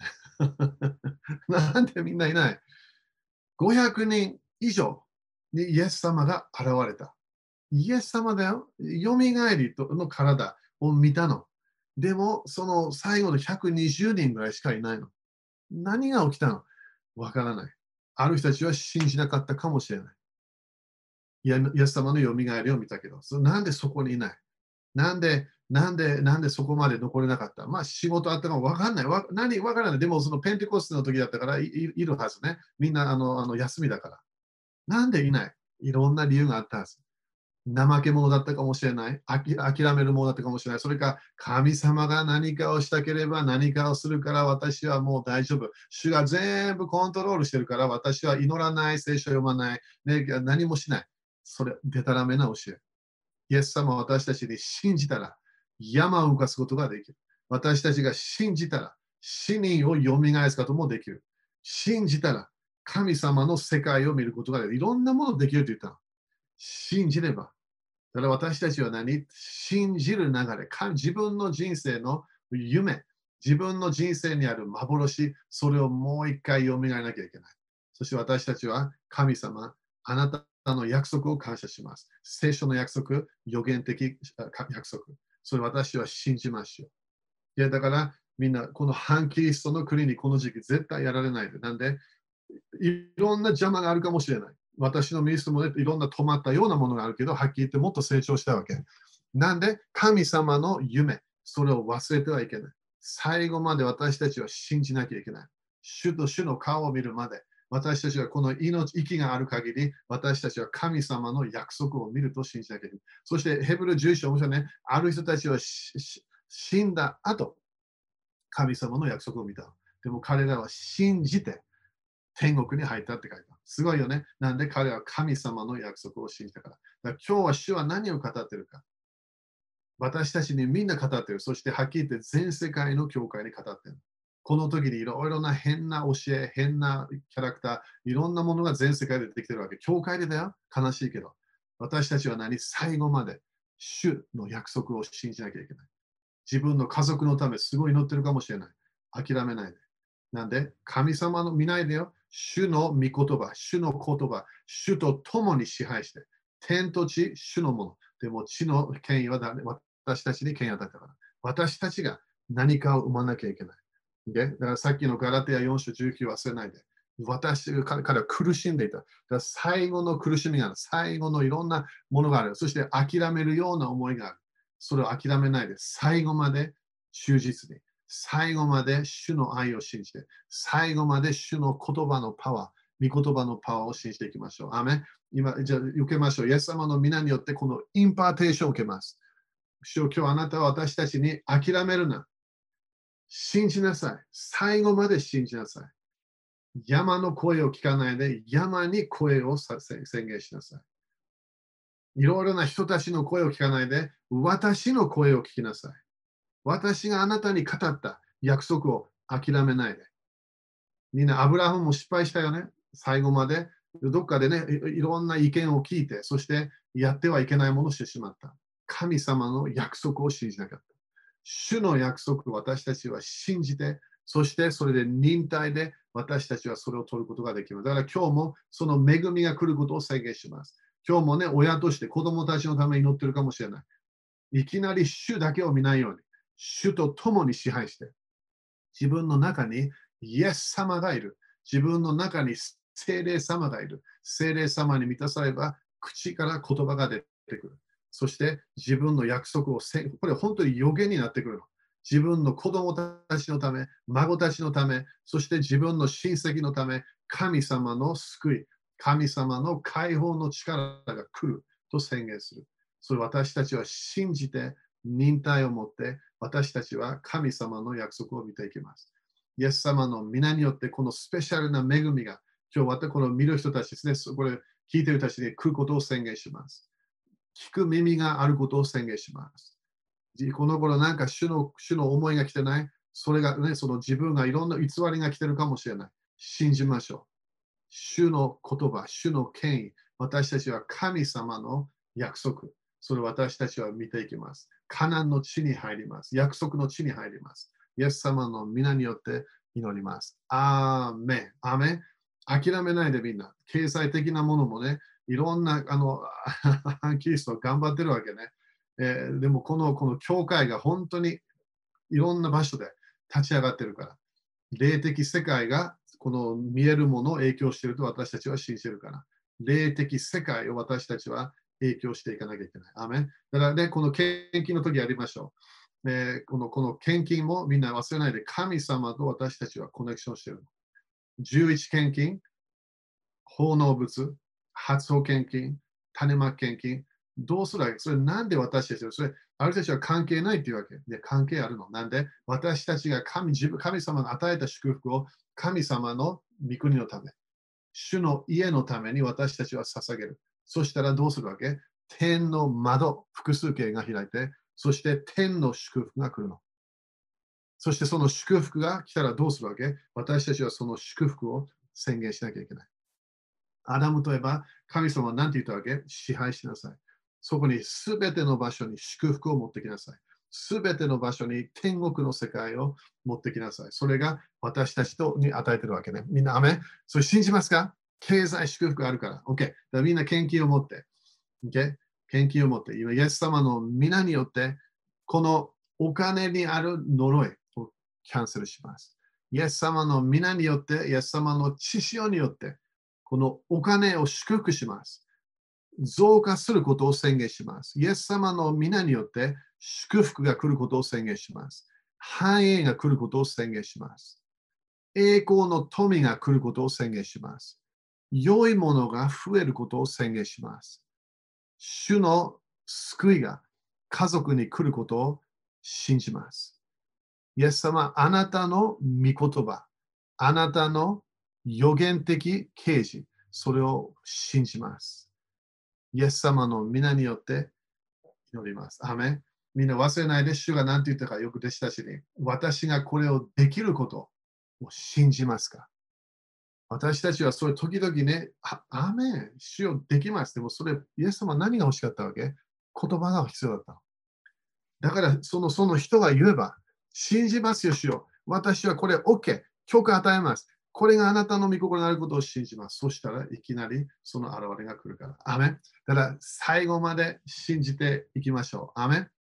A: なんでみんないない？ ごひゃく 人以上にイエス様が現れた。イエス様だよ。よみがえりの体を見たの。でも、その最後のひゃくにじゅうにんぐらいしかいないの。何が起きたの？わからない。ある人たちは信じなかったかもしれない。イエス様のよみがえりを見たけど、そなんでそこにいない？なんで、なんで、なんでそこまで残れなかった？まあ仕事あったかもわかんない。わ何わからない。でもそのペンテコステの時だったからいいいるはずね。みんなあのあの休みだから。なんでいない？いろんな理由があったはず。怠け者だったかもしれない。あき諦めるものだったかもしれない。それか、神様が何かをしたければ何かをするから私はもう大丈夫。主が全部コントロールしてるから私は祈らない、聖書を読まない、ね、何もしない。それ、でたらめな教え。イエス様は私たちに信じたら山を動かすことができる。私たちが信じたら死人を蘇すこともできる。信じたら神様の世界を見ることができる。いろんなものできると言ったの。信じれば。だから私たちは何？信じる流れ。自分の人生の夢、自分の人生にある幻、それをもう一回蘇らなきゃいけない。そして私たちは神様、あなたの約束を感謝します。聖書の約束、予言的約束。それ私は信じましょう。いやだからみんなこの反キリストの国にこの時期絶対やられないで。なんでいろんな邪魔があるかもしれない。私のミニストも、ね、いろんな止まったようなものがあるけど、はっきり言ってもっと成長したわけ。なんで、神様の夢、それを忘れてはいけない。最後まで私たちは信じなきゃいけない。主と主の顔を見るまで、私たちはこの命、息がある限り、私たちは神様の約束を見ると信じなきゃいけない。そして、ヘブルじゅういち章、面白いね、ある人たちは死んだ後、神様の約束を見た。でも彼らは信じて、天国に入ったって書いてある。すごいよね。なんで彼は神様の約束を信じたから。だから今日は主は何を語っているか。私たちにみんな語っている。そしてはっきり言って全世界の教会に語っている。この時にいろいろな変な教え、変なキャラクター、いろんなものが全世界で出てきてるわけ。教会でだよ。悲しいけど。私たちは何？最後まで主の約束を信じなきゃいけない。自分の家族のためすごい祈ってるかもしれない。諦めないで。なんで、神様の見ないでよ。主の御言葉、主の言葉、主と共に支配して、天と地、主のもの。でも地の権威は誰私たちに権威を与えたから。私たちが何かを生まなきゃいけない。でだからさっきのガラテヤよん章じゅうきゅう忘れないで。 私が彼彼は苦しんでいた。だから最後の苦しみがある。最後のいろんなものがある。そして諦めるような思いがある。それを諦めないで、最後まで忠実に、最後まで主の愛を信じて、最後まで主の言葉のパワー、御言葉のパワーを信じていきましょう。アメン今、じゃあ受けましょう。イエス様の皆によってこのインパーテーションを受けます。主よ今日あなたは私たちに諦めるな。信じなさい。最後まで信じなさい。山の声を聞かないで、山に声をさ宣言しなさい。いろいろな人たちの声を聞かないで、私の声を聞きなさい。私があなたに語った約束を諦めないで。みんな、アブラハムも失敗したよね。最後まで、どっかでね、いいろんな意見を聞いて、そしてやってはいけないものをしてしまった。神様の約束を信じなかった。主の約束を私たちは信じて、そしてそれで忍耐で私たちはそれを取ることができます。だから今日もその恵みが来ることを宣言します。今日もね、親として子供たちのために祈ってるかもしれない。いきなり主だけを見ないように、主と共に支配して、自分の中にイエス様がいる。自分の中に聖霊様がいる。聖霊様に満たされば、口から言葉が出てくる。そして自分の約束をせ、これ本当に予言になってくるの。自分の子供たちのため、孫たちのため、そして自分の親戚のため、神様の救い、神様の解放の力が来ると宣言する。それ私たちは信じて、忍耐を持って、私たちは神様の約束を見ていきます。イエス様の皆によって、このスペシャルな恵みが、今日またこの見る人たちですね、これ聞いている人たちに来ることを宣言します。聞く耳があることを宣言します。この頃なんか主の主の思いが来てない、それがね、その自分がいろんな偽りが来てるかもしれない。信じましょう。主の言葉、主の権威、私たちは神様の約束、それを私たちは見ていきます。カナンの地に入ります。約束の地に入ります。イエス様の皆によって祈ります。アーメン。アーメン。諦めないでみんな。経済的なものもね、いろんなあのキリスト頑張ってるわけね。えーでもこのこの教会が本当にいろんな場所で立ち上がってるから。霊的世界がこの見えるものを影響していると私たちは信じてるから。霊的世界を私たちは影響していかなきゃいけない。アメンだからね、この献金の時やりましょう。えーこのこの献金もみんな忘れないで、神様と私たちはコネクションしている。じゅういち献金、奉納物、発送献金、種まき献金、どうするわけそれなんで私たちはそれ、ある人たちは関係ないっていうわけ。で、関係あるの。なんで私たちが神自分神様が与えた祝福を神様の御国のため、主の家のために私たちは捧げる。そしたらどうするわけ天の窓、複数形が開いて、そして天の祝福が来るの。そしてその祝福が来たらどうするわけ私たちはその祝福を宣言しなきゃいけない。アダムといえば、神様は何て言ったわけ支配しなさい。そこにすべての場所に祝福を持ってきなさい。すべての場所に天国の世界を持ってきなさい。それが私たちとに与えているわけね。みんな、アメンそれ信じますか経済祝福があるから。OK。だからみんな献金を持って。OK。献金を持って。今、イエス様の皆によって、このお金にある呪いをキャンセルします。イエス様の皆によって、イエス様の血潮によって、このお金を祝福します。増加することを宣言します。イエス様の皆によって祝福が来ることを宣言します。繁栄が来ることを宣言します。栄光の富が来ることを宣言します。良いものが増えることを宣言します。主の救いが家族に来ることを信じます。イエス様、あなたの御言葉、あなたの予言的啓示、それを信じます。イエス様の皆によって祈ります。アーメンみんな忘れないで、主が何て言ったかよく弟子たちに、私がこれをできることを信じますか私たちはそれ時々ね、あアーメン主をできます。でもそれ、イエス様何が欲しかったわけ言葉が必要だったの。だからそのその人が言えば、信じますよ、主よ。私はこれ OK、許可与えます。これがあなたの御心になることを信じます。そしたらいきなりその現れが来るから。アメンだから最後まで信じていきましょう。アメン